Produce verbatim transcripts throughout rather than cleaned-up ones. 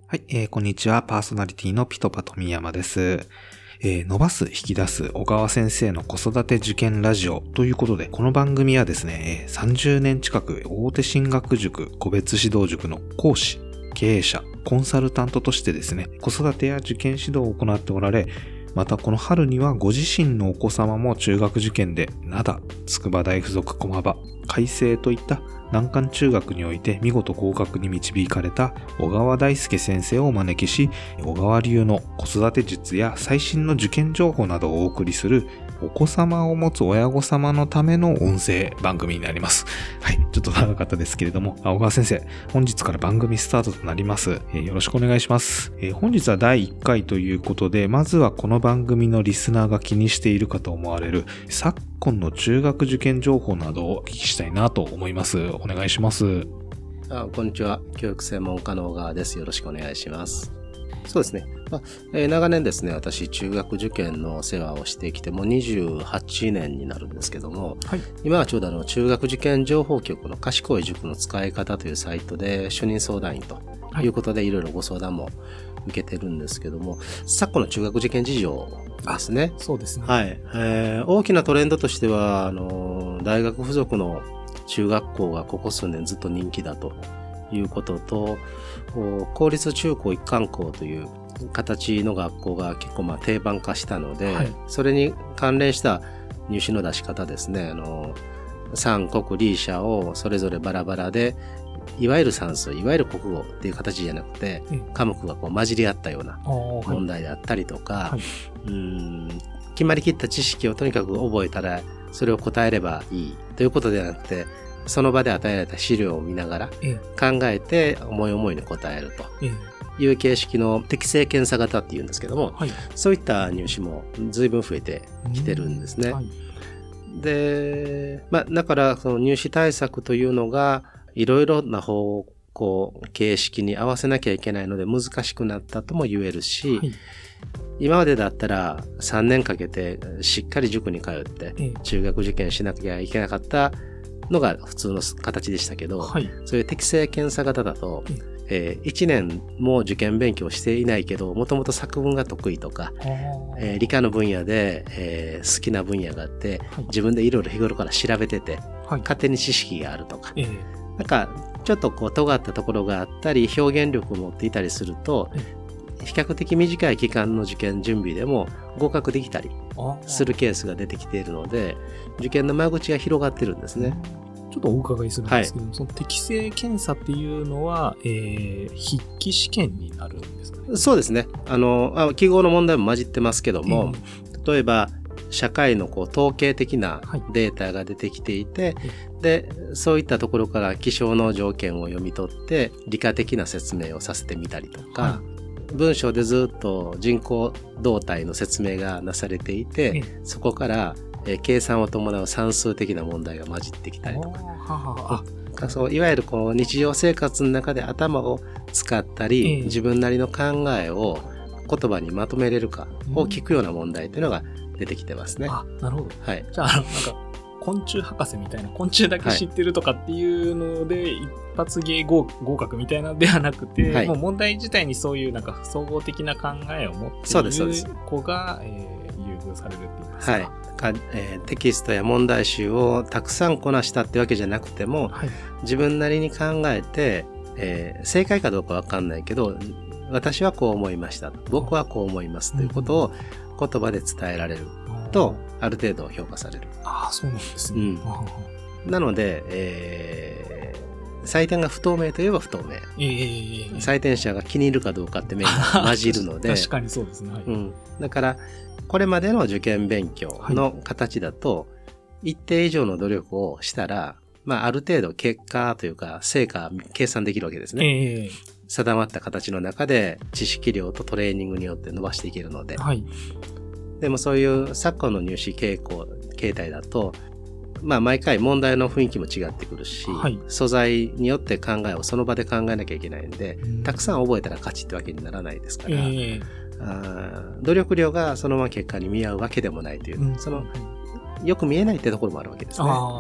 はい、えー、こんにちは。パーソナリティのピトパ富山です。えー、伸ばす、引き出す小川先生の子育て受験ラジオということで、この番組はですね、さんじゅうねん近く大手進学塾、個別指導塾の講師、経営者、コンサルタントとしてですね、子育てや受験指導を行っておられ、またこの春にはご自身のお子様も中学受験で灘、筑波大附属駒場、開成といった難関中学において見事合格に導かれた小川大輔先生をお招きし、小川流の子育て術や最新の受験情報などをお送りするお子様を持つ親御様のための音声番組になります。はい、ちょっと長かったですけれども、小川先生、本日から番組スタートとなります。えー、よろしくお願いします。えー、本日はだいいっかいということで、まずはこの番組のリスナーが気にしているかと思われる昨今の中学受験情報などをお聞きしたいなと思います。お願いします。 あ、こんにちは。教育専門家の小川です。よろしくお願いします。そうですね。まあえー、長年ですね、私、中学受験の世話をしてきて、もうにじゅうはちねんになるんですけども、はい、今はちょうどあの中学受験情報局の賢い塾の使い方というサイトで主任相談員ということで、はい、いろいろご相談も受けてるんですけども、昨今の中学受験事情ですね。 そうですね。 はい。えー、大きなトレンドとしては、あの、大学附属の中学校がここ数年ずっと人気だということと、公立中高一貫校という形の学校が結構まあ定番化したので、はい、それに関連した入試の出し方ですね。あの、三国理社をそれぞれバラバラで、いわゆる算数、いわゆる国語っていう形じゃなくて、科目がこう混じり合ったような問題であったりとか、はいはい、うーん決まりきった知識をとにかく覚えたら、それを答えればいいということではなくて、その場で与えられた資料を見ながら考えて思い思いに答えるという形式の適正検査型っていうんですけども、はい、そういった入試も随分増えてきてるんですね。はい、で、まあ、だからその入試対策というのがいろいろな方向、形式に合わせなきゃいけないので難しくなったとも言えるし、はい、今までだったらさんねんかけてしっかり塾に通って中学受験しなきゃいけなかったのが普通の形でしたけど、はい、そういう適正検査型だと、えー、いちねんも受験勉強していないけど、もともと作文が得意とか、えー、理科の分野で、えー、好きな分野があって、はい、自分でいろいろ日頃から調べてて、はい、勝手に知識があるとか、えー、なんかちょっとこう尖ったところがあったり、表現力を持っていたりすると、えー、比較的短い期間の受験準備でも合格できたりするケースが出てきているので、受験の間口が広がってるんですね。 ちょっとお伺いするんですけど、はい、その適正検査っていうのは、えー、筆記試験になるんですかね。 そうですね。あの、記号の問題も混じってますけども、えー、例えば社会のこう統計的なデータが出てきていて、はい、で、そういったところから気象の条件を読み取って理科的な説明をさせてみたりとか、はい、文章でずっと人口動態の説明がなされていて、えー、そこからえー、計算を伴う算数的な問題が混じってきたりとか、ははあそういわゆるこう日常生活の中で頭を使ったり、えー、自分なりの考えを言葉にまとめれるかを聞くような問題っていうのが出てきてますね。 あ、なるほど。はい。じゃあ、あのなんか昆虫博士みたいな昆虫だけ知ってるとかっていうので、はい、一発芸 合, 合格みたいなのではなくて、はい、もう問題自体にそういうなんか総合的な考えを持っている子が、えー、優遇されるっていうんですか。はい。 かえー、テキストや問題集をたくさんこなしたってわけじゃなくても、はい、自分なりに考えて、えー、正解かどうかわかんないけど、私はこう思いました。僕はこう思いますということを言葉で伝えられると、ある程度評価される。 ああ、そうなんですね。 うん、なので、えー、採点が不透明といえば不透明。えー、採点者が気に入るかどうかって面が混じるので。 確かにそうですね。はい、 うん、だから、これまでの受験勉強の形だと、一定以上の努力をしたら、まあ、ある程度結果というか、成果計算できるわけですね。えー、定まった形の中で知識量とトレーニングによって伸ばしていけるので。はい、でもそういう昨今の入試傾向、形態だと、まあ、毎回問題の雰囲気も違ってくるし、はい、素材によって考えをその場で考えなきゃいけないんで、うん、たくさん覚えたら勝ちってわけにならないですから、えーあ努力量がそのまま結果に見合うわけでもないという、うん、そのよく見えないってところもあるわけですね。あ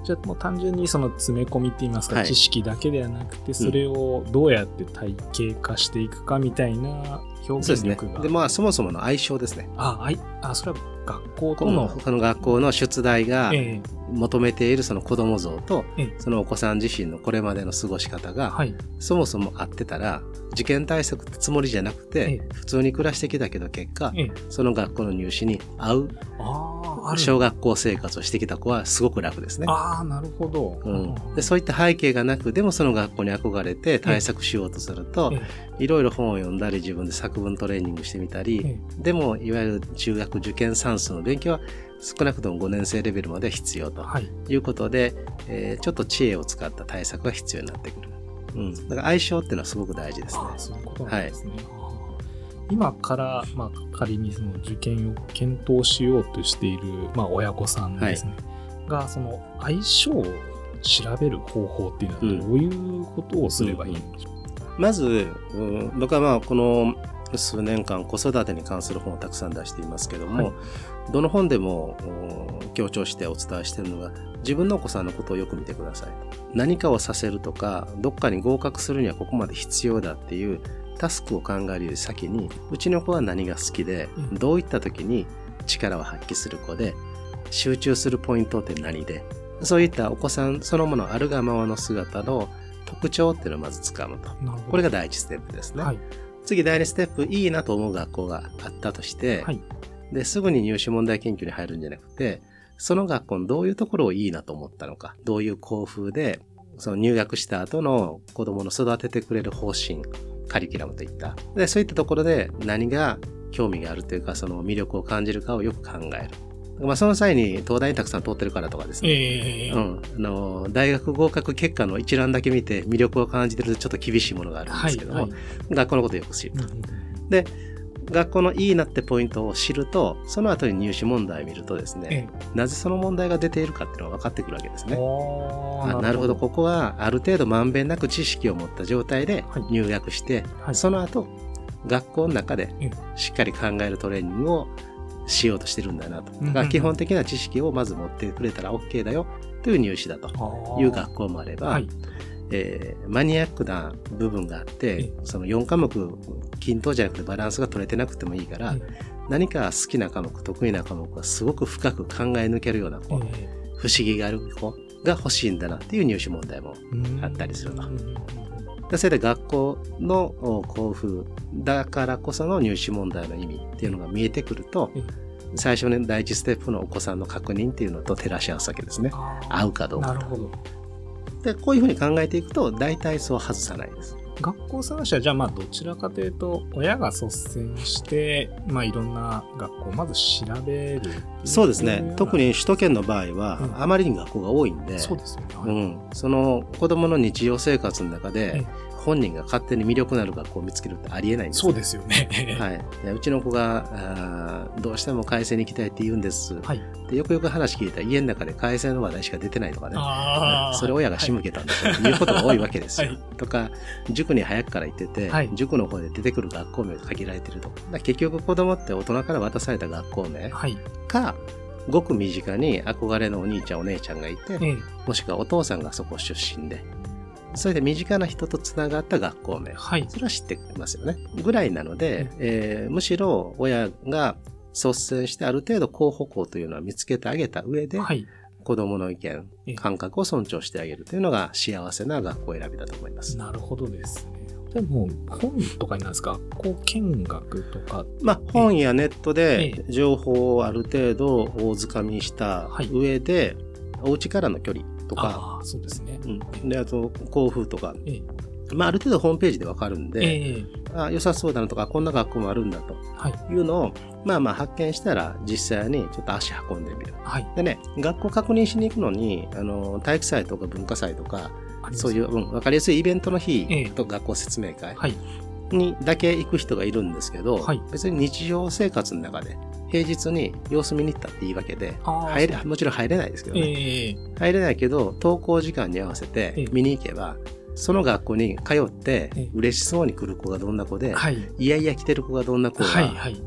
じゃあもう単純にその詰め込みって言いますか、 はい知識だけではなくて、それをどうやって体系化していくかみたいな表そうですね現力が。 でまあそもそもの相性ですね。 ああいあそれは学校とこのの、 この学校の出題がええ求めているその子供像と、 ええそのお子さん自身のこれまでの過ごし方が、 はいそもそも合ってたら、受験対策ってつもりじゃなくて、 ええ普通に暮らしてきたけど結果、 ええその学校の入試に合うああある小学校生活をしてきた子はすごく楽ですね。 ああなるほど、 うん、でそういった背景がなく、でもその学校に憧れて対策しようとすると、 えいろいろ本を読んだり自分で作文トレーニングしてみたり、 えでもいわゆる中学受験算数の勉強は少なくともごねん生レベルまで必要とはいいうことで、えーちょっと知恵を使った対策が必要になってくる。うん、だから相性っていうのはすごく大事ですね。 ああそういうことなんですね、ああ今から、まあ、仮にその受験を検討しようとしている、まあ、親御さんですね、がその相性を調べる方法っていうのはどういうことをすればいいんでしょうか。 まず、うん僕はまあこの数年間子育てに関する本をたくさん出していますけども、 はいどの本でもうん強調してお伝えしているのが、自分のお子さんのことをよく見てください。何かをさせるとか、どっかに合格するにはここまで必要だっていうタスクを考えるより先に、うちの子は何が好きで、 うんどういった時に力を発揮する子で、集中するポイントって何で、そういったお子さんそのものあるがままの姿の特徴っていうのをまず掴むと。 なるほどこれが第一ステップですね。 はい次、第二ステップ、いいなと思う学校があったとして、 はいですぐに入試問題研究に入るんじゃなくて、その学校のどういうところをいいなと思ったのか、どういう校風で、その入学した後の子供の育ててくれる方針、カリキュラムといった。で、そういったところで何が興味があるというか、その魅力を感じるかをよく考える。まあ、その際に東大にたくさん通ってるからとかですね。 ええうん、あの大学合格結果の一覧だけ見て魅力を感じてるとちょっと厳しいものがあるんですけども、 はいは学校のことをよく知ると。 うんうんで、学校のいいなってポイントを知ると、その後に入試問題を見るとですね、 えなぜその問題が出ているかっていうのが分かってくるわけですえね。 おーあなるほど、ここはある程度まんべんなく知識を持った状態ではい入学して、 はいその後、学校の中でええしっかり考えるトレーニングをしようとしてるんだなと。 うんうんうんだから基本的な知識をまず持ってくれたら OK だよという入試だとあーいう学校もあれば、 はいえーマニアックな部分があってえ、 そのよん科目均等じゃなくてバランスが取れてなくてもいいから、 え何か好きな科目、得意な科目がすごく深く考え抜けるような子、 え不思議がある子が欲しいんだなっていう入試問題もえあったりするとうんうんうんでそれで学校のお校風だからこその入試問題の意味っていうのが見えてくるとえ、 最初に第一ステップのお子さんの確認っていうのと照らし合わすわけですね。 あー合うかどうかと。 なるほど。 で、こういうふうに考えていくと、大体そう外さないです。 学校探しはじゃあまあどちらかというと親が率先してまあいろんな学校をまず調べる。 そうですね。特に首都圏の場合は、 うんあまりに学校が多いんで、 そうですよね。はいうん、その子供の日常生活の中でえ本人が勝手に魅力のある学校を見つけるってありえないんですそうですよね。 はい、いやうちの子があーどうしても海鮮に行きたいって言うんです、 はい。 でよくよく話聞いたら家の中で海鮮の話題しか出てないとかね、 ああ。 それ親が仕向けたんだということが多いわけですよ。 はいとか塾に早くから行ってて、 はい塾の方で出てくる学校名が限られてるとか、だから結局子供って大人から渡された学校名はい。 かごく身近に憧れのお兄ちゃんお姉ちゃんがいて、 ええもしくはお父さんがそこ出身で、それで身近な人とつながった学校名。 はい。 それは知ってますよね。ぐらいなので、えーむしろ親が率先してある程度候補校というのは見つけてあげた上で、 はい。 子供の意見え、 感覚を尊重してあげるというのが幸せな学校選びだと思います。 なるほどですね。でも本とかになるんですか、学校見学とか。 まあ、本やネットえで情報をある程度大掴みした上で、お家からの距離とか、 ああ、そうですね。 うん、であと校風とか、 ええまあ、ある程度ホームページでわかるんで、 ええあ良さそうだなとか、こんな学校もあるんだとはい。 いうのを、まあまあ発見したら実際にちょっと足運んでみる。 はい。 でね、学校確認しに行くのに、あの、体育祭とか文化祭とか、 ありますそういう、うん、わかりやすいイベントの日ええと学校説明会はい。 にだけ行く人がいるんですけど、 はい別に日常生活の中で平日に様子見に行ったっていいわけで、 あー入れもちろん入れないですけどね。 ええ入れないけど、登校時間に合わせええて見に行けば、その学校に通ってええ嬉しそうに来る子がどんな子で、 はい。 いやいや来てる子がどんな子が、 はい。はい。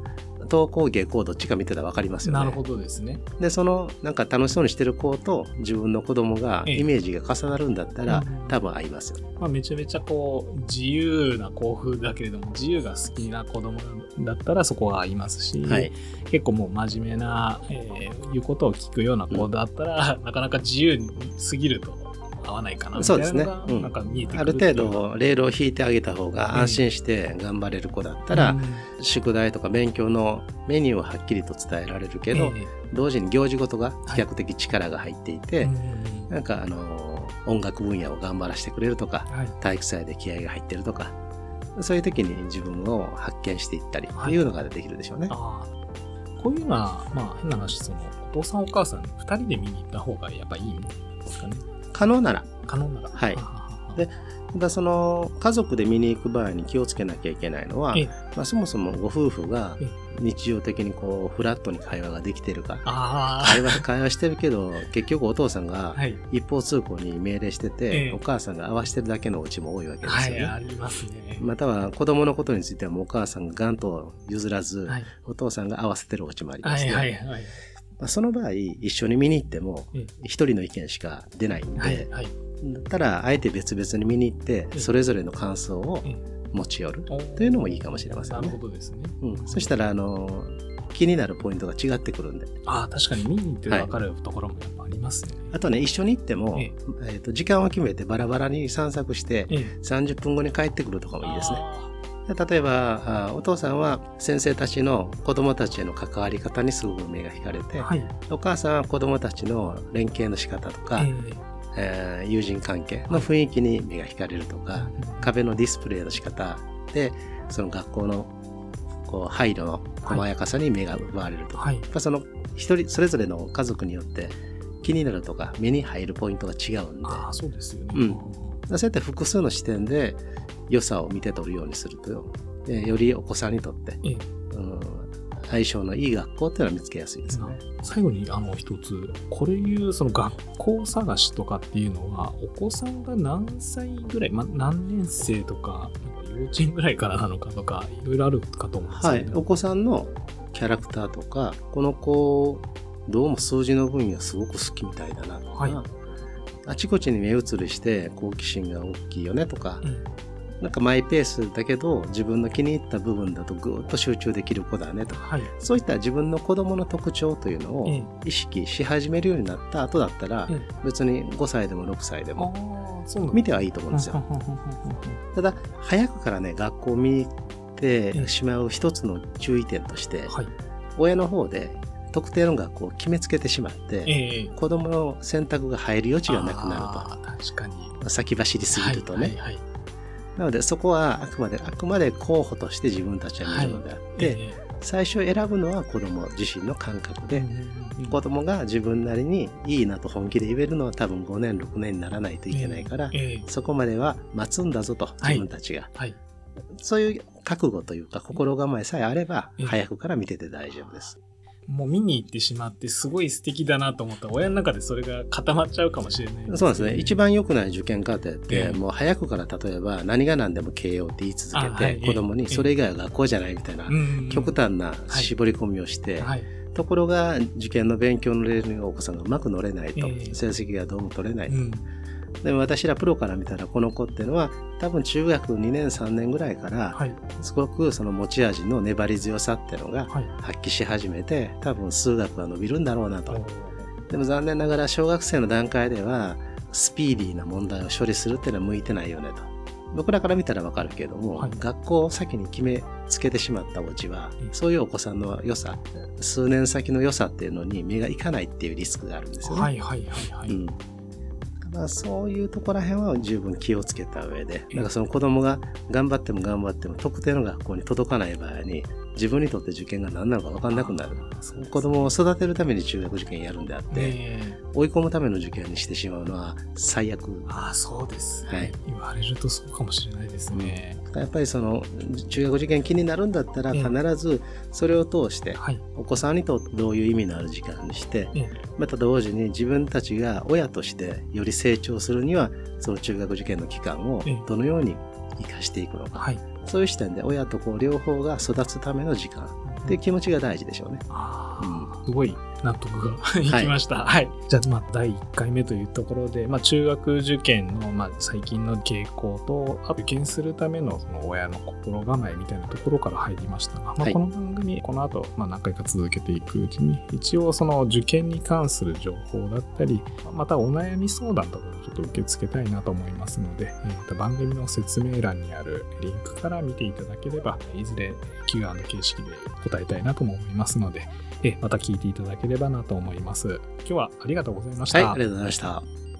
登校下校どっちか見てたら分かりますよね。 なるほどですね。 でそのなんか楽しそうにしてる子と自分の子供がイメージが重なるんだったら、 ええ、 多分合いますよ。 まあ、めちゃめちゃこう自由な校風だけれども自由が好きな子供だったらそこは合いますし、はい、結構もう真面目な、えー、言うことを聞くような子だったら、うん、なかなか自由すぎると合わないかなみたいなのがなんか見えてくる、 ある程度レールを引いてあげた方が安心して頑張れる子だったら、うん、宿題とか勉強のメニューをはっきりと伝えられるけど、えー、同時に行事ごとが比較的力が入っていて、はい、なんかあの音楽分野を頑張らせてくれるとか、はい、体育祭で気合が入ってるとか、そういう時に自分を発見していったりっていうのができるでしょうね。 はい、あこういうのはまあ変な話、そのお父さんお母さんふたりで見に行った方がやっぱいいんですかね。 可能なら。 可能なら。 はい。で、ただその家族で見に行く場合に気をつけなきゃいけないのは、まあ、そもそもご夫婦が日常的にこうフラットに会話ができてるか、会話会話してるけど結局お父さんが一方通行に命令してて、はい、お母さんが合わせてるだけのお家も多いわけですよね。 はい、ありますね。 または子供のことについてはもうお母さんがガンと譲らず、はい、お父さんが合わせてるお家もありますね。はいはいはい、まあ、その場合一緒に見に行っても一人の意見しか出ないんで、はいはい、だったらあえて別々に見に行ってそれぞれの感想を持ち寄るというのもいいかもしれませんね。 なるほどですね。 うん、そしたらあの気になるポイントが違ってくるんで。 ああ、確かに見に行って分かるところもやっぱありますね。はい、 あとね、一緒に行っても、えええー、と時間を決めてバラバラに散策して、ええ、さんじゅっぷんごに帰ってくるとかもいいですね。例えばお父さんは先生たちの子どもたちへの関わり方にすごく目が引かれて、はい、お母さんは子どもたちの連携の仕方とか、えーえー、友人関係の雰囲気に目が引かれるとか、はい、壁のディスプレイの仕方でその学校のこう配慮の細やかさに目が奪われるとか、はい、やっぱその一人それぞれの家族によって気になるとか目に入るポイントが違うんで、 ああ、そうですよね。 うん、そうやって複数の視点で良さを見て取るようにするとよりお子さんにとって、ええ、うん、相性のいい学校っていうのは見つけやすいですね。 最後にあの一つ、これいうその学校探しとかっていうのはお子さんが何歳ぐらい、ま、何年生とか幼稚園ぐらいからなのかとかいろいろあるかと思うんですけど、 はい、お子さんのキャラクターとかこの子どうも数字の分野すごく好きみたいだなとか、はい、あちこちに目移りして好奇心が大きいよねとか、うん、なんかマイペースだけど自分の気に入った部分だとぐーっと集中できる子だねとか、はい、そういった自分の子供の特徴というのを意識し始めるようになった後だったら、ええ、別にごさいでもろくさいでも見てはいいと思うんですよ。ただ早くからね学校を見に行ってしまう一つの注意点として、はい、親の方で特定の学校を決めつけてしまって、えー、子供の選択が入る余地がなくなると。 あ、確かに先走りすぎるとね、はいはいはい、なのでそこはあくまであくまで候補として自分たちは見るのであって、はい、えー、最初選ぶのは子供自身の感覚で、うん、子供が自分なりにいいなと本気で言えるのは多分ごねんろくねんにならないといけないから、えーえー、そこまでは待つんだぞと自分たちが、はいはい、そういう覚悟というか心構えさえあれば、えー、早くから見てて大丈夫です。 もう見に行ってしまってすごい素敵だなと思ったら親の中でそれが固まっちゃうかもしれないですね。 そうですね。一番良くない受験過程って、えー、もう早くから例えば何が何でも慶応って言い続けて、はい、子供にそれ以外は学校じゃないみたいな、えー、極端な絞り込みをして、はいはい、ところが受験の勉強のレールにお子さんがうまく乗れないと、えー、成績がどうも取れないと、うん、でも私らプロから見たらこの子っていうのは多分中学にねんさんねんぐらいからすごくその持ち味の粘り強さっていうのが発揮し始めて、多分数学が伸びるんだろうなと。でも残念ながら小学生の段階ではスピーディーな問題を処理するっていうのは向いてないよねと。僕らから見たらわかるけれども、はい、学校を先に決めつけてしまったお家は、うん、そういうお子さんの良さ、数年先の良さっていうのに目がいかないっていうリスクがあるんですよね。 はいはいはいはい。うん、 まあ、そういうところら辺は十分気をつけた上で、だからその子供が頑張っても頑張っても特定の学校に届かない場合に自分にとって受験が何なのか分かんなくなる。子供を育てるために中学受験やるんであって、追い込むための受験にしてしまうのは最悪。 ああ、そうです、はい、言われるとそうかもしれないですね。 うん、やっぱりその中学受験気になるんだったら必ずそれを通してお子さんにとってどういう意味のある時間にして、また同時に自分たちが親としてより成長するにはその中学受験の期間をどのように生かしていくのか、はい、そういう視点で親と子両方が育つための時間っていう気持ちが大事でしょうね。 あー、 うん、 すごい納得がいきました。はい。はい、じゃあ、まあ、だいいっかいめというところで、まあ、中学受験の、まあ、最近の傾向と、あと受験するためのその親の心構えみたいなところから入りましたが、まあ、この番組、この後、まあ、何回か続けていくうちに、一応その受験に関する情報だったり、またお悩み相談とかをちょっと受け付けたいなと思いますので、えーと、番組の説明欄にあるリンクから見ていただければ、いずれ キューアンドエー 形式で答えたいなとも思いますので、えまた聞いていただければなと思います。今日はありがとうございました。 はい、ありがとうございました。